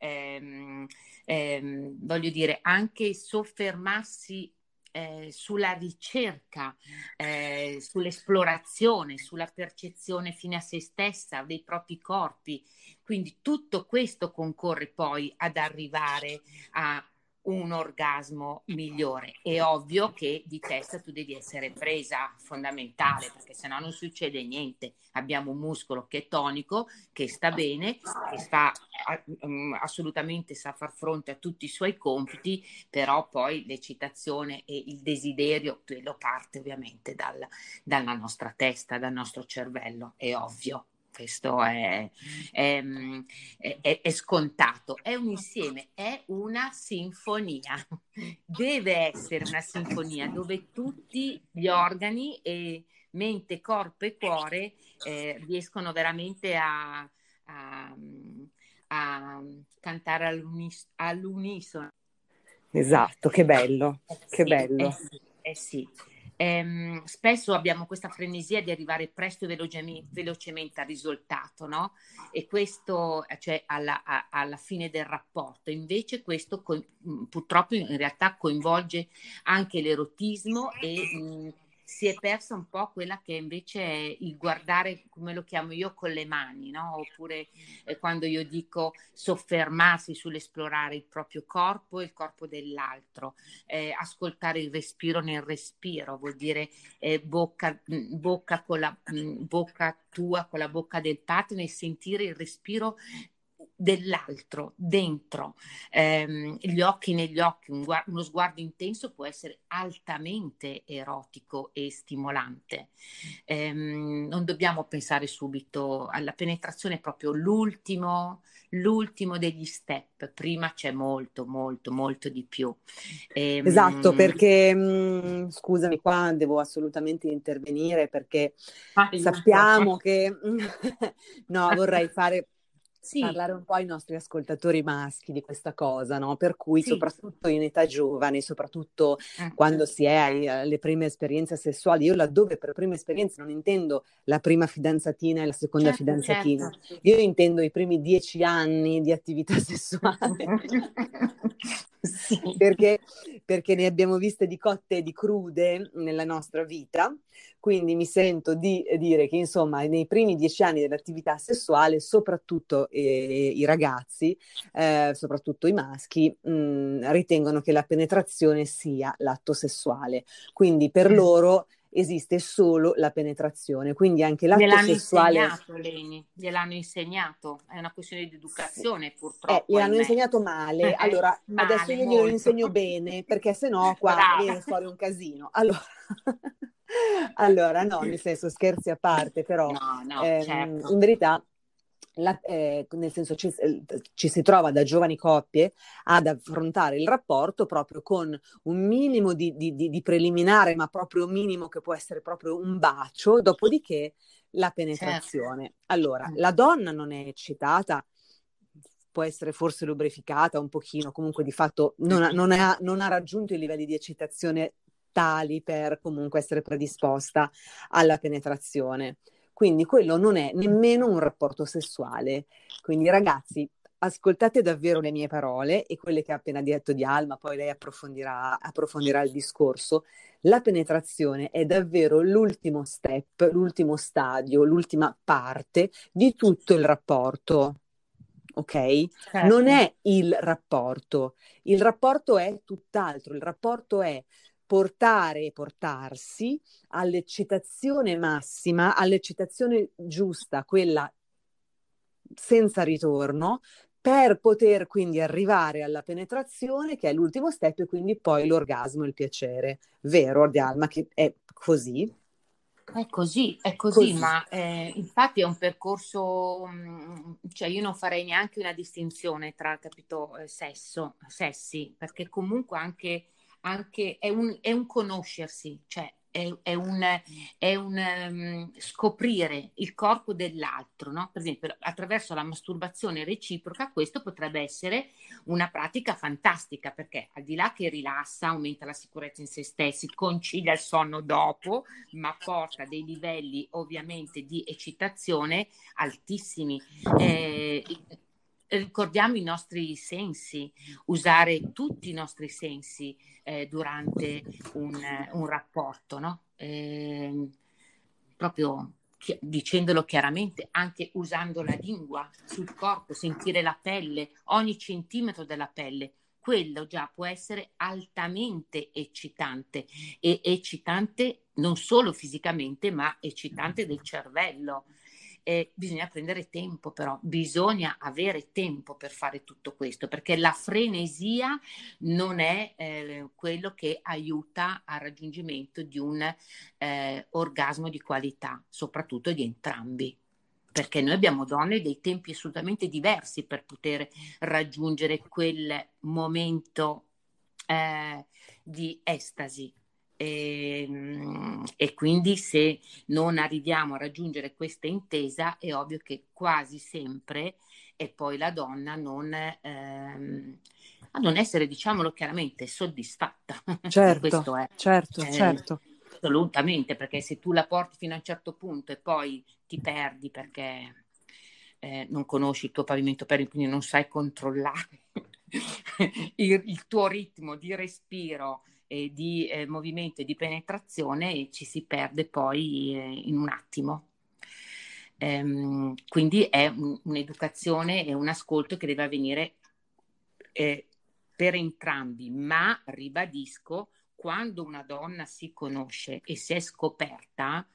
voglio dire, anche soffermarsi sulla ricerca, sull'esplorazione, sulla percezione fine a se stessa dei propri corpi. Quindi tutto questo concorre poi ad arrivare a un orgasmo migliore. È ovvio che di testa tu devi essere presa, fondamentale, perché sennò non succede niente. Abbiamo un muscolo che è tonico, che sta bene, che assolutamente sa far fronte a tutti i suoi compiti, però poi l'eccitazione e il desiderio, quello parte ovviamente dalla nostra testa, dal nostro cervello, è ovvio. Questo è scontato, è un insieme, è una sinfonia, deve essere una sinfonia dove tutti gli organi, e mente, corpo e cuore, riescono veramente a cantare all'unisono. Esatto, che bello, che bello. Sì. Spesso abbiamo questa frenesia di arrivare presto e velocemente al risultato, no? E questo, cioè alla fine del rapporto. Invece questo purtroppo in realtà coinvolge anche l'erotismo e si è persa un po' quella che invece è il guardare, come lo chiamo io, con le mani, no? Oppure quando io dico soffermarsi sull'esplorare il proprio corpo e il corpo dell'altro, ascoltare il respiro nel respiro, vuol dire bocca con la bocca tua, con la bocca del partner, e sentire il respiro dell'altro dentro, gli occhi negli occhi, uno sguardo intenso può essere altamente erotico e stimolante. Non dobbiamo pensare subito alla penetrazione, è proprio l'ultimo degli step, prima c'è molto di più. Esatto, perché scusami, qua devo assolutamente intervenire, perché sappiamo che no, vorrei parlare un po' ai nostri ascoltatori maschi di questa cosa, no? Per cui soprattutto in età giovane, soprattutto quando si è alle prime esperienze sessuali, io laddove per prime esperienze non intendo la prima fidanzatina e la seconda fidanzatina, io intendo i primi 10 anni di attività sessuale. Perché ne abbiamo viste di cotte e di crude nella nostra vita, quindi mi sento di dire che insomma nei primi 10 anni dell'attività sessuale, soprattutto i ragazzi, soprattutto i maschi, ritengono che la penetrazione sia l'atto sessuale, quindi per loro esiste solo la penetrazione, quindi anche l'atto sessuale. Insegnato, Leni, gliel'hanno insegnato, è una questione di educazione, purtroppo. Gliel'hanno insegnato male, allora adesso io glielo insegno bene, perché sennò qua viene fuori un casino. Allora no, nel senso, scherzi a parte, però certo. In verità nel senso ci si trova da giovani coppie ad affrontare il rapporto proprio con un minimo di preliminare, ma proprio un minimo che può essere proprio un bacio, dopodiché la penetrazione. Certo. Allora, la donna non è eccitata, può essere forse lubrificata un pochino, comunque di fatto non ha raggiunto i livelli di eccitazione tali per comunque essere predisposta alla penetrazione. Quindi quello non è nemmeno un rapporto sessuale. Quindi ragazzi, ascoltate davvero le mie parole e quelle che ha appena detto di Alma, poi lei approfondirà il discorso. La penetrazione è davvero l'ultimo step, l'ultimo stadio, l'ultima parte di tutto il rapporto, ok? Non Certo. è il rapporto è tutt'altro, il rapporto è portare e portarsi all'eccitazione massima, all'eccitazione giusta, quella senza ritorno, per poter quindi arrivare alla penetrazione, che è l'ultimo step, e quindi poi l'orgasmo e il piacere. Vero, Dialma, che è così? È così, Così. ma infatti è un percorso, cioè io non farei neanche una distinzione tra, capito, sessi, perché comunque anche è un conoscersi, cioè è un scoprire il corpo dell'altro, no? Per esempio, attraverso la masturbazione reciproca, questo potrebbe essere una pratica fantastica, perché al di là che rilassa, aumenta la sicurezza in se stessi, concilia il sonno dopo, ma porta dei livelli ovviamente di eccitazione altissimi. Ricordiamo i nostri sensi, usare tutti i nostri sensi durante un rapporto, no? Proprio dicendolo chiaramente, anche usando la lingua sul corpo, sentire la pelle, ogni centimetro della pelle, quello già può essere altamente eccitante, e eccitante non solo fisicamente, ma eccitante del cervello. Bisogna prendere tempo, però bisogna avere tempo per fare tutto questo, perché la frenesia non è quello che aiuta al raggiungimento di un orgasmo di qualità, soprattutto di entrambi. Perché noi abbiamo donne dei tempi assolutamente diversi per poter raggiungere quel momento di estasi. E quindi se non arriviamo a raggiungere questa intesa, è ovvio che quasi sempre è poi la donna a non essere, diciamolo chiaramente, soddisfatta. Certo, Questo è certo. assolutamente, perché se tu la porti fino a un certo punto e poi ti perdi perché non conosci il tuo pavimento pelvico, quindi non sai controllare il tuo ritmo di respiro e di movimento e di penetrazione, e ci si perde poi in un attimo. Quindi è un'educazione e un ascolto che deve avvenire per entrambi, ma ribadisco, quando una donna si conosce e si è scoperta,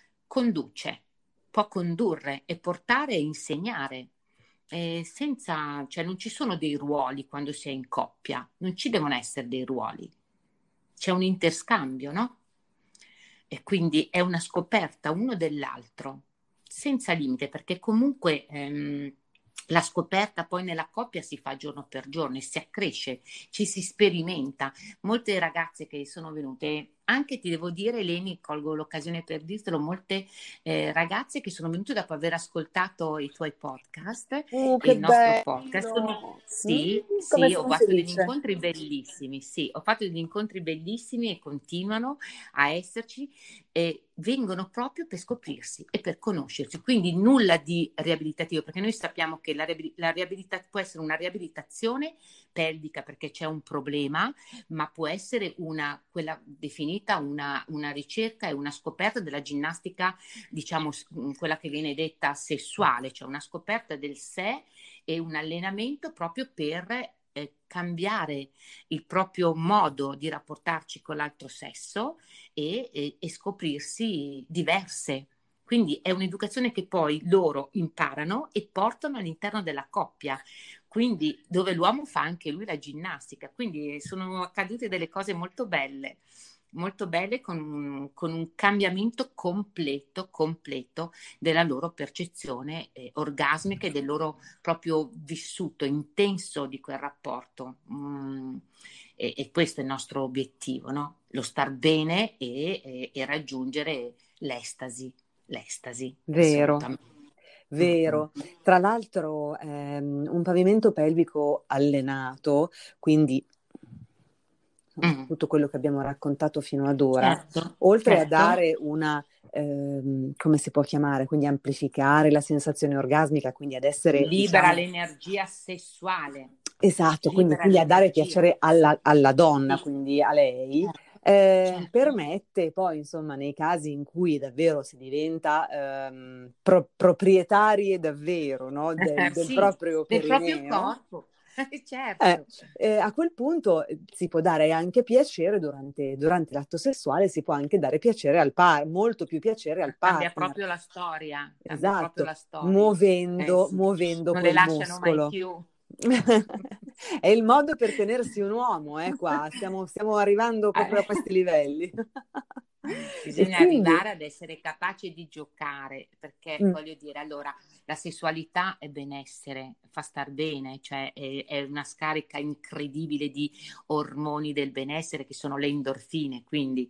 può condurre e portare e insegnare. Cioè non ci sono dei ruoli quando si è in coppia, non ci devono essere dei ruoli, c'è un interscambio, no? E quindi è una scoperta uno dell'altro, senza limite, perché comunque la scoperta poi nella coppia si fa giorno per giorno e si accresce, ci si sperimenta. Molte ragazze che sono venute, anche ti devo dire, Eleni, colgo l'occasione per dirtelo, molte ragazze che sono venute dopo aver ascoltato i tuoi podcast e Che il nostro podcast. bello! Sì, Come sì, ho sono fatto degli felice. incontri bellissimi, sì, ho fatto degli incontri bellissimi e continuano a esserci, e vengono proprio per scoprirsi e per conoscersi, quindi nulla di riabilitativo, perché noi sappiamo che la può essere una riabilitazione pelvica perché c'è un problema, ma può essere quella definita una ricerca e una scoperta della ginnastica, diciamo quella che viene detta sessuale, cioè una scoperta del sé e un allenamento proprio per cambiare il proprio modo di rapportarci con l'altro sesso e scoprirsi diverse. Quindi è un'educazione che poi loro imparano e portano all'interno della coppia, quindi dove l'uomo fa anche lui la ginnastica. Quindi sono accadute delle cose molto belle con un cambiamento completo della loro percezione orgasmica e del loro proprio vissuto intenso di quel rapporto. E questo è il nostro obiettivo, no? Lo star bene e raggiungere l'estasi, Vero, assolutamente. vero. Tra l'altro, un pavimento pelvico allenato, quindi Mm. tutto quello che abbiamo raccontato fino ad ora, Certo, oltre a certo. dare una, come si può chiamare, quindi amplificare la sensazione orgasmica, quindi ad essere, Libera diciamo, l'energia sessuale, esatto, libera quindi a dare l'energia. piacere alla donna, Sì, quindi a lei, certo. permette poi, insomma, nei casi in cui davvero si diventa proprietarie davvero, no, del Sì, proprio del proprio perineo. corpo, Eh, certo. a quel punto si può dare anche piacere durante l'atto sessuale, si può anche dare piacere molto più piacere al Cambia partner. proprio la storia, cambia proprio la Esatto, storia. muovendo, Sì, muovendo non le quel lasciano mai muscolo. più. È il modo per tenersi un uomo, qua. Stiamo arrivando proprio a questi livelli. E Bisogna quindi, arrivare ad essere capaci di giocare, perché mm, voglio dire, allora, la sessualità è benessere, fa star bene, cioè è una scarica incredibile di ormoni del benessere che sono le endorfine, quindi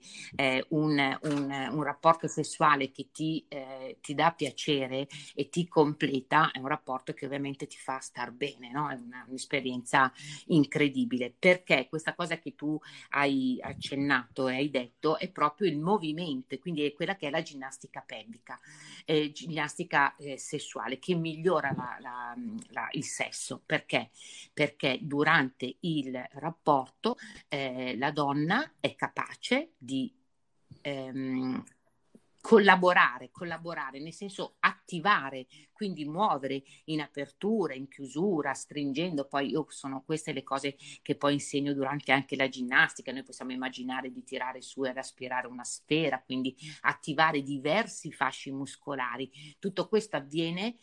un rapporto sessuale che ti dà piacere e ti completa è un rapporto che ovviamente ti fa star bene, no? È un'esperienza incredibile, perché questa cosa che tu hai accennato e hai detto è proprio il movimento, quindi è quella che è la ginnastica pelvica, ginnastica sessuale che migliora il sesso. Perché? Perché durante il rapporto la donna è capace di ehm, collaborare, nel senso attivare, quindi muovere in apertura, in chiusura, stringendo. Poi io sono queste le cose che poi insegno durante anche la ginnastica. Noi possiamo immaginare di tirare su e aspirare una sfera, quindi attivare diversi fasci muscolari. Tutto questo avviene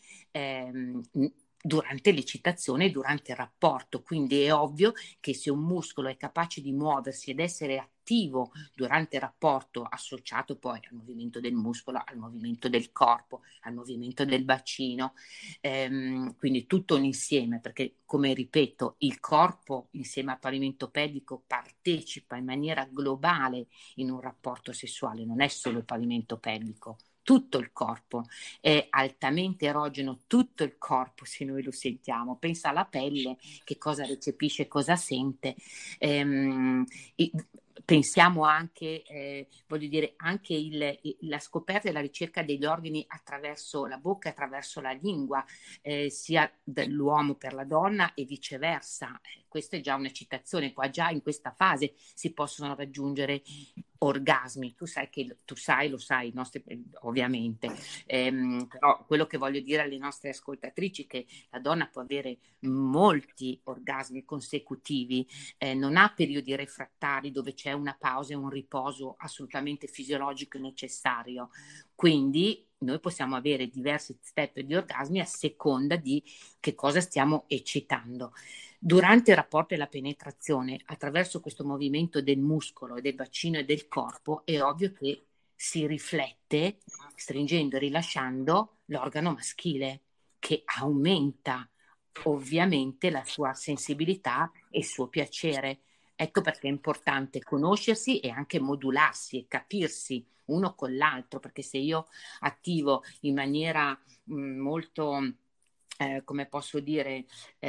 durante l'eccitazione e durante il rapporto, quindi è ovvio che se un muscolo è capace di muoversi ed essere attivo durante il rapporto, associato poi al movimento del muscolo, al movimento del corpo, al movimento del bacino, quindi tutto un insieme, perché come ripeto, il corpo insieme al pavimento pelvico partecipa in maniera globale in un rapporto sessuale, non è solo il pavimento pelvico. Tutto il corpo è altamente erogeno, tutto il corpo, se noi lo sentiamo. Pensa alla pelle, che cosa recepisce, cosa sente. Ehm, Pensiamo anche, voglio dire, anche la scoperta e la ricerca degli organi attraverso la bocca e attraverso la lingua, sia dell'uomo per la donna e viceversa. Questa è già un'eccitazione, qua già in questa fase si possono raggiungere orgasmi. Lo sai, ovviamente. Però quello che voglio dire alle nostre ascoltatrici è che la donna può avere molti orgasmi consecutivi, non ha periodi refrattari dove c'è una pausa e un riposo assolutamente fisiologico e necessario. Quindi noi possiamo avere diversi step di orgasmi a seconda di che cosa stiamo eccitando. Durante il rapporto e la penetrazione, attraverso questo movimento del muscolo e del bacino e del corpo, è ovvio che si riflette, stringendo e rilasciando, l'organo maschile, che aumenta ovviamente la sua sensibilità e il suo piacere. Ecco perché è importante conoscersi e anche modularsi e capirsi uno con l'altro, perché se io attivo in maniera molto, come posso dire,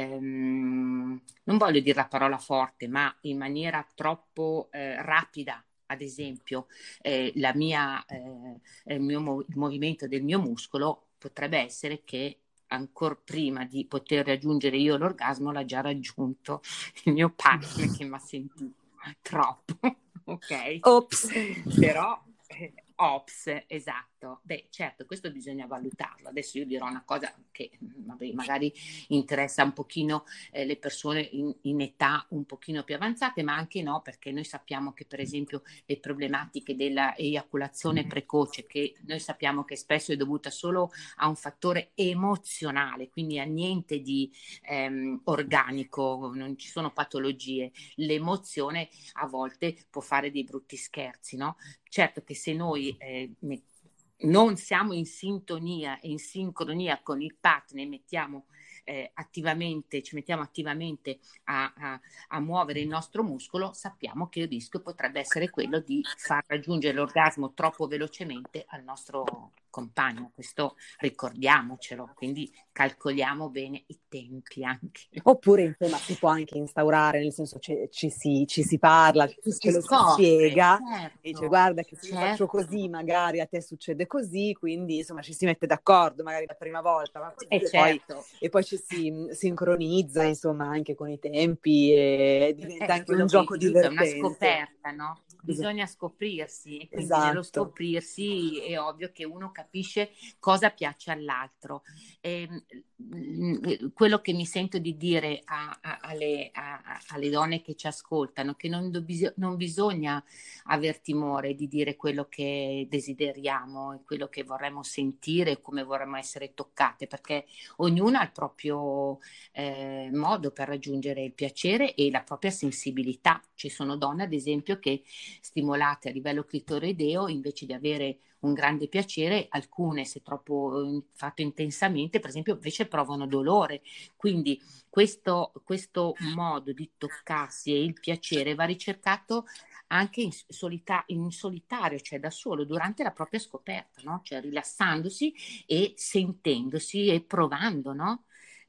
non voglio dire la parola forte, ma in maniera troppo rapida, ad esempio, il movimento del mio muscolo potrebbe essere che ancora prima di poter raggiungere io l'orgasmo l'ha già raggiunto il mio partner che mi ha sentito troppo, ok? ops. Però, ops, esatto. Beh, certo, questo bisogna valutarlo. Adesso io dirò una cosa che vabbè, magari interessa un pochino le persone in età un pochino più avanzate, ma anche no, perché noi sappiamo che per esempio le problematiche della eiaculazione precoce, che noi sappiamo che spesso è dovuta solo a un fattore emozionale, quindi a niente di organico, non ci sono patologie. L'emozione a volte può fare dei brutti scherzi, no? Certo che se noi non siamo in sintonia e in sincronia con il partner, ci mettiamo attivamente a muovere il nostro muscolo, sappiamo che il rischio potrebbe essere quello di far raggiungere l'orgasmo troppo velocemente al nostro compagno, questo ricordiamocelo, quindi calcoliamo bene i tempi anche. Oppure insomma si può anche instaurare, nel senso ci si parla, ce lo si scopre, spiega, certo, e dice guarda che se io certo. faccio così magari a te succede così, quindi insomma ci si mette d'accordo magari la prima volta, ma così, Certo. e poi ci si sincronizza insomma anche con i tempi e diventa anche un gioco divertente. È una scoperta, no? Bisogna scoprirsi, e quindi nello scoprirsi è ovvio che uno capisce cosa piace all'altro. Quello che mi sento di dire alle donne che ci ascoltano, che non bisogna aver timore di dire quello che desideriamo e quello che vorremmo sentire, come vorremmo essere toccate, perché ognuno ha il proprio modo per raggiungere il piacere e la propria sensibilità. Ci sono donne, ad esempio, che stimolate a livello clitorideo, invece di avere un grande piacere, alcune, se troppo fatto intensamente, per esempio, invece provano dolore. Quindi questo modo di toccarsi e il piacere va ricercato anche in solitario, cioè da solo, durante la propria scoperta, no? Cioè rilassandosi e sentendosi e provando, no?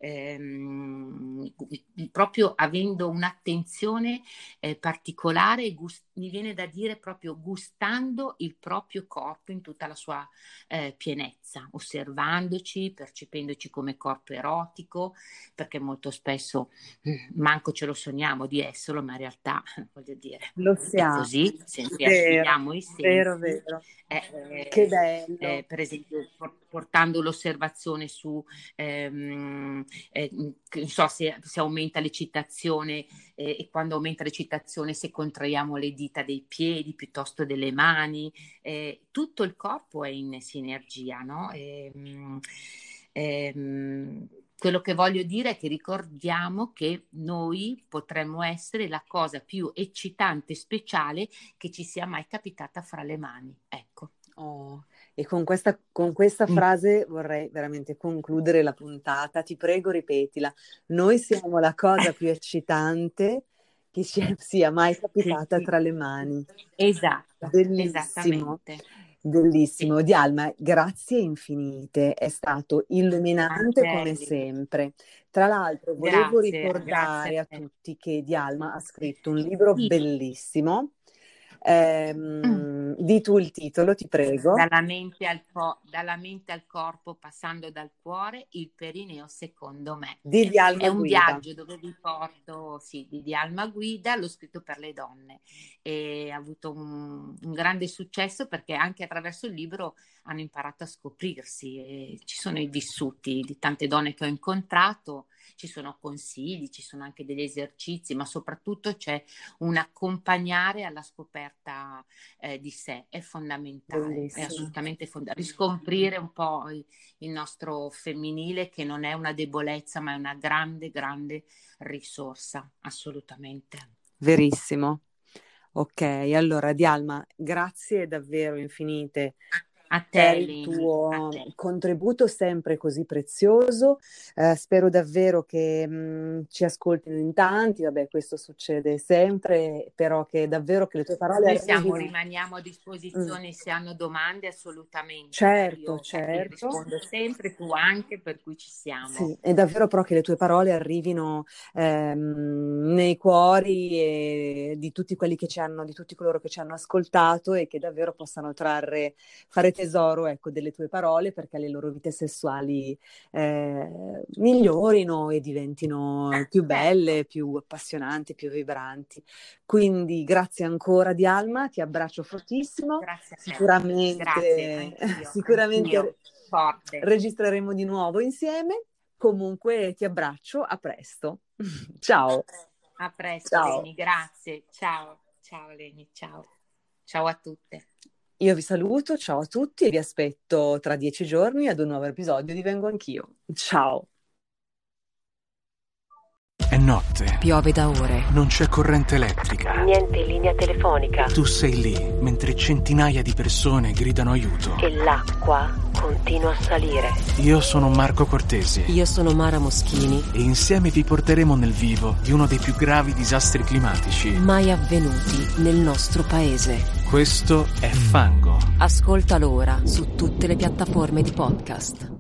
Proprio avendo un'attenzione particolare, mi viene da dire proprio gustando il proprio corpo in tutta la sua pienezza, osservandoci, percependoci come corpo erotico, perché molto spesso manco ce lo sogniamo di esserlo, ma in realtà, voglio dire, lo siamo. È così, se riaffiniamo i sensi. Vero. Che bello. Per esempio, portando l'osservazione su non so se aumenta l'eccitazione, e quando aumenta l'eccitazione se contraiamo le dita dei piedi piuttosto delle mani, tutto il corpo è in sinergia, no? Quello che voglio dire è che ricordiamo che noi potremmo essere la cosa più eccitante e speciale che ci sia mai capitata fra le mani, ecco. Oh, e con questa frase vorrei veramente concludere la puntata. Ti prego, ripetila. Noi siamo la cosa più eccitante che ci sia mai capitata tra le mani. Esatto. Bellissimo. Esattamente. Bellissimo. Dialma, grazie infinite, è stato illuminante come sempre. Tra l'altro volevo ricordare a tutti che Dialma ha scritto un libro bellissimo. Di tu il titolo, ti prego. Dalla mente al corpo, passando dal cuore, il perineo secondo me. Di Dialma È un Guida. viaggio dove vi porto, di Dialma Guida, l'ho scritto per le donne e ha avuto un grande successo perché anche attraverso il libro hanno imparato a scoprirsi e ci sono i vissuti di tante donne che ho incontrato, ci sono consigli, ci sono anche degli esercizi, ma soprattutto c'è un accompagnare alla scoperta di sé, è fondamentale. Bellissimo. È assolutamente fondamentale. Riscoprire un po' il nostro femminile, che non è una debolezza, ma è una grande, grande risorsa, assolutamente. Verissimo. Ok, allora Dialma, grazie davvero infinite A te, per il Leni, tuo a te. contributo sempre così prezioso. Spero davvero che ci ascoltino in tanti, vabbè, questo succede sempre, però che davvero che le tue parole arrivino. Rimaniamo a disposizione se hanno domande, assolutamente. Certo, Io certo. rispondo sempre, tu anche, per cui ci siamo. Sì, è davvero però che le tue parole arrivino nei cuori di tutti quelli che di tutti coloro che ci hanno ascoltato, e che davvero possano fare tesoro, ecco, delle tue parole, perché le loro vite sessuali migliorino e diventino più belle, più appassionanti, più vibranti. Quindi grazie ancora Dialma, ti abbraccio fortissimo. Grazie a te. Sicuramente, Grazie, sicuramente forte. registreremo di nuovo insieme. Comunque ti abbraccio, a presto. Ciao. A presto, Ciao. Leni, grazie. Ciao Leni, ciao. Ciao a tutte. Io vi saluto, ciao a tutti, e vi aspetto tra 10 giorni ad un nuovo episodio di Vengo Anch'io. Ciao. È notte. Piove da ore. Non c'è corrente elettrica. Niente linea telefonica. Tu sei lì, mentre centinaia di persone gridano aiuto. E l'acqua continua a salire. Io sono Marco Cortesi. Io sono Mara Moschini. E insieme vi porteremo nel vivo di uno dei più gravi disastri climatici mai avvenuti nel nostro paese. Questo è Fango. Ascoltalo ora su tutte le piattaforme di podcast.